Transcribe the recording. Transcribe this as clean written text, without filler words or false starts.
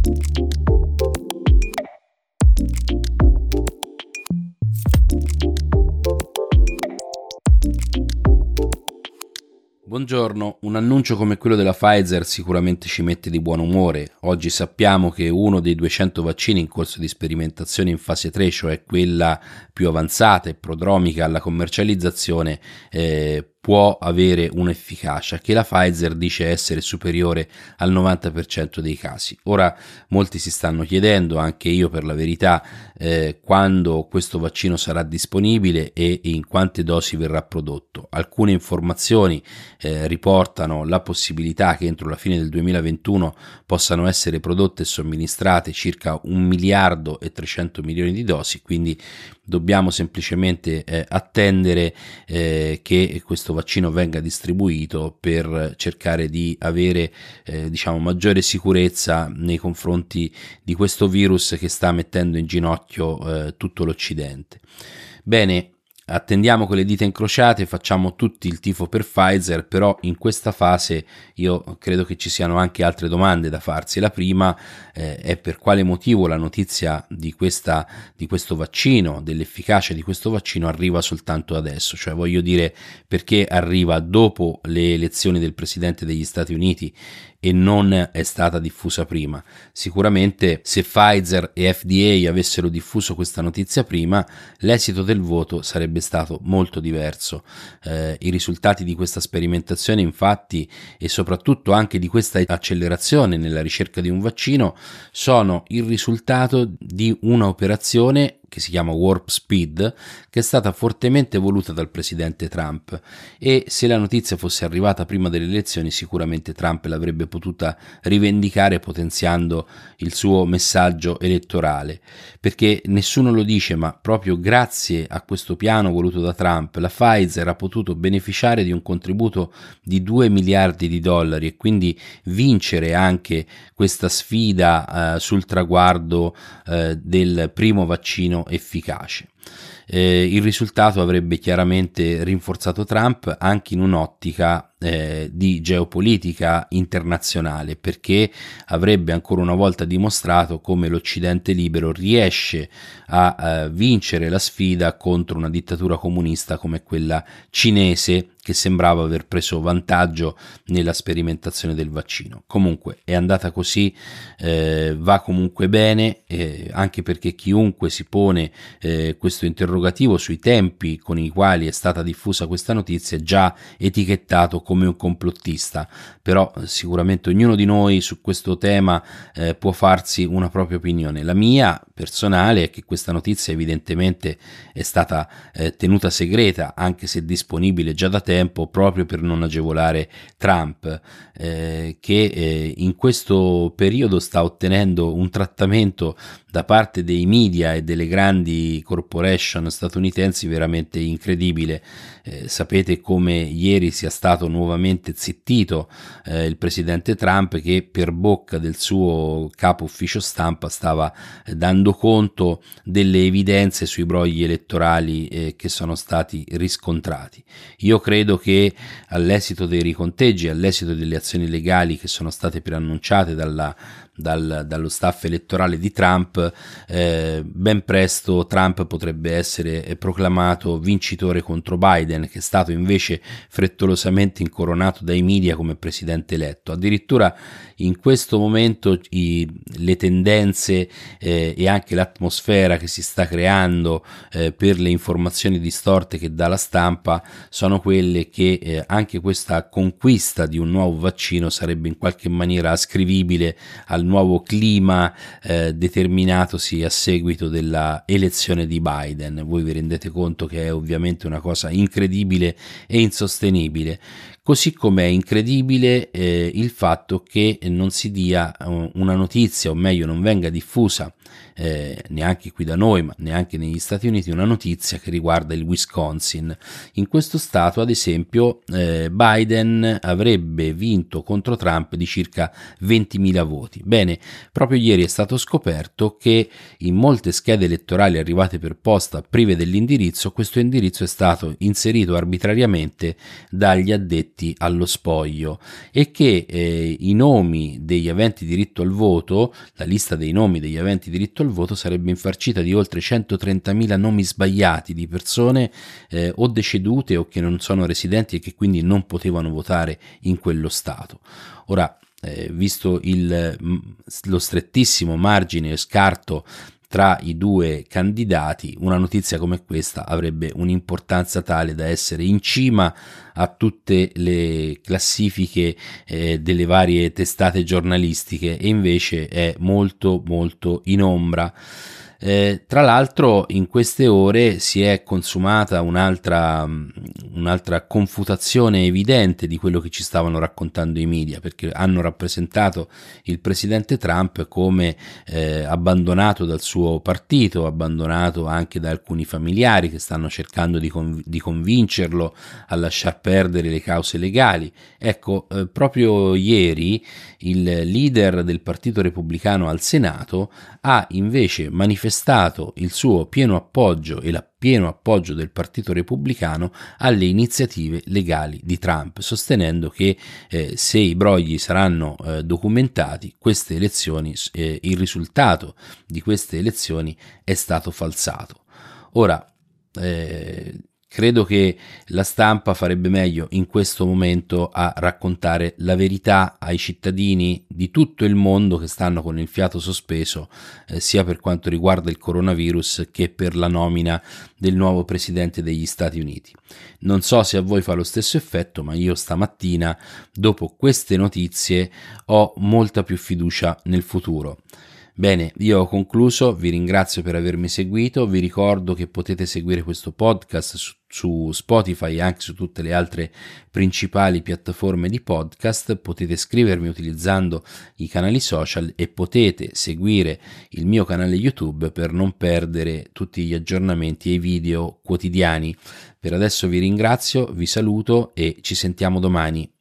Buongiorno, un annuncio come quello della Pfizer sicuramente ci mette di buon umore. Oggi sappiamo che uno dei 200 vaccini in corso di sperimentazione in fase 3, cioè quella più avanzata e prodromica alla commercializzazione, può avere un'efficacia che la Pfizer dice essere superiore al 90% dei casi. Ora molti si stanno chiedendo, anche io per la verità, quando questo vaccino sarà disponibile e in quante dosi verrà prodotto. Alcune informazioni riportano la possibilità che entro la fine del 2021 possano essere prodotte e somministrate circa 1 miliardo e 300 milioni di dosi, quindi dobbiamo semplicemente attendere che questo vaccino venga distribuito per cercare di avere maggiore sicurezza nei confronti di questo virus che sta mettendo in ginocchio tutto l'Occidente. Bene, attendiamo con le dita incrociate, facciamo tutti il tifo per Pfizer, però in questa fase io credo che ci siano anche altre domande da farsi. La prima è per quale motivo la notizia di questo vaccino, dell'efficacia di questo vaccino arriva soltanto adesso, cioè voglio dire perché arriva dopo le elezioni del Presidente degli Stati Uniti e non è stata diffusa prima. Sicuramente se Pfizer e FDA avessero diffuso questa notizia prima, l'esito del voto sarebbe stato molto diverso. I risultati di questa sperimentazione, infatti, e soprattutto anche di questa accelerazione nella ricerca di un vaccino, sono il risultato di una operazione che si chiama Warp Speed, che è stata fortemente voluta dal presidente Trump, e se la notizia fosse arrivata prima delle elezioni sicuramente Trump l'avrebbe potuta rivendicare potenziando il suo messaggio elettorale, perché nessuno lo dice, ma proprio grazie a questo piano voluto da Trump la Pfizer ha potuto beneficiare di un contributo di 2 miliardi di dollari e quindi vincere anche questa sfida sul traguardo del primo vaccino efficace. Il risultato avrebbe chiaramente rinforzato Trump anche in un'ottica di geopolitica internazionale, perché avrebbe ancora una volta dimostrato come l'Occidente libero riesce a vincere la sfida contro una dittatura comunista come quella cinese, che sembrava aver preso vantaggio nella sperimentazione del vaccino. Comunque è andata così, va comunque bene, anche perché chiunque si pone questo interrogativo sui tempi con i quali è stata diffusa questa notizia è già etichettato come un complottista, però sicuramente ognuno di noi su questo tema può farsi una propria opinione. La mia personale è che questa notizia evidentemente è stata tenuta segreta, anche se disponibile già da tempo, proprio per non agevolare Trump, che in questo periodo sta ottenendo un trattamento da parte dei media e delle grandi corporation statunitensi veramente incredibile. Sapete come ieri sia stato nuovamente zittito il presidente Trump, che per bocca del suo capo ufficio stampa stava dando conto delle evidenze sui brogli elettorali che sono stati riscontrati. Io credo che all'esito dei riconteggi, all'esito delle azioni legali che sono state preannunciate dallo staff elettorale di Trump, ben presto Trump potrebbe essere proclamato vincitore contro Biden, che è stato invece frettolosamente incoronato dai media come presidente eletto. Addirittura in questo momento le tendenze e anche l'atmosfera che si sta creando per le informazioni distorte che dà la stampa sono quelle che anche questa conquista di un nuovo vaccino sarebbe in qualche maniera ascrivibile al nuovo clima determinatosi a seguito della elezione di Biden. Voi vi rendete conto che è ovviamente una cosa incredibile e insostenibile. Così come è incredibile il fatto che non si dia una notizia, o meglio non venga diffusa neanche qui da noi, ma neanche negli Stati Uniti, una notizia che riguarda il Wisconsin. In questo stato, ad esempio, Biden avrebbe vinto contro Trump di circa 20.000 voti. Bene, proprio ieri è stato scoperto che in molte schede elettorali arrivate per posta prive dell'indirizzo, questo indirizzo è stato inserito arbitrariamente dagli addetti iscritti allo spoglio e che i nomi degli aventi diritto al voto, la lista dei nomi degli aventi diritto al voto sarebbe infarcita di oltre 130.000 nomi sbagliati di persone o decedute o che non sono residenti e che quindi non potevano votare in quello stato. Ora, visto lo strettissimo margine scarto tra i due candidati, una notizia come questa avrebbe un'importanza tale da essere in cima a tutte le classifiche delle varie testate giornalistiche e invece è molto molto in ombra. Tra l'altro in queste ore si è consumata un'altra confutazione evidente di quello che ci stavano raccontando i media, perché hanno rappresentato il presidente Trump come abbandonato dal suo partito, abbandonato anche da alcuni familiari che stanno cercando di convincerlo a lasciar perdere le cause legali. Ecco, proprio ieri il leader del Partito Repubblicano al Senato ha invece manifestato il suo pieno appoggio e pieno appoggio del Partito Repubblicano alle iniziative legali di Trump, sostenendo che se i brogli saranno documentati, queste elezioni, il risultato di queste elezioni è stato falsato. Ora, credo che la stampa farebbe meglio in questo momento a raccontare la verità ai cittadini di tutto il mondo che stanno con il fiato sospeso, sia per quanto riguarda il coronavirus che per la nomina del nuovo presidente degli Stati Uniti. Non so se a voi fa lo stesso effetto, ma io stamattina, dopo queste notizie, ho molta più fiducia nel futuro. Bene, io ho concluso, vi ringrazio per avermi seguito, vi ricordo che potete seguire questo podcast su Spotify e anche su tutte le altre principali piattaforme di podcast, potete scrivermi utilizzando i canali social e potete seguire il mio canale YouTube per non perdere tutti gli aggiornamenti e i video quotidiani. Per adesso vi ringrazio, vi saluto e ci sentiamo domani.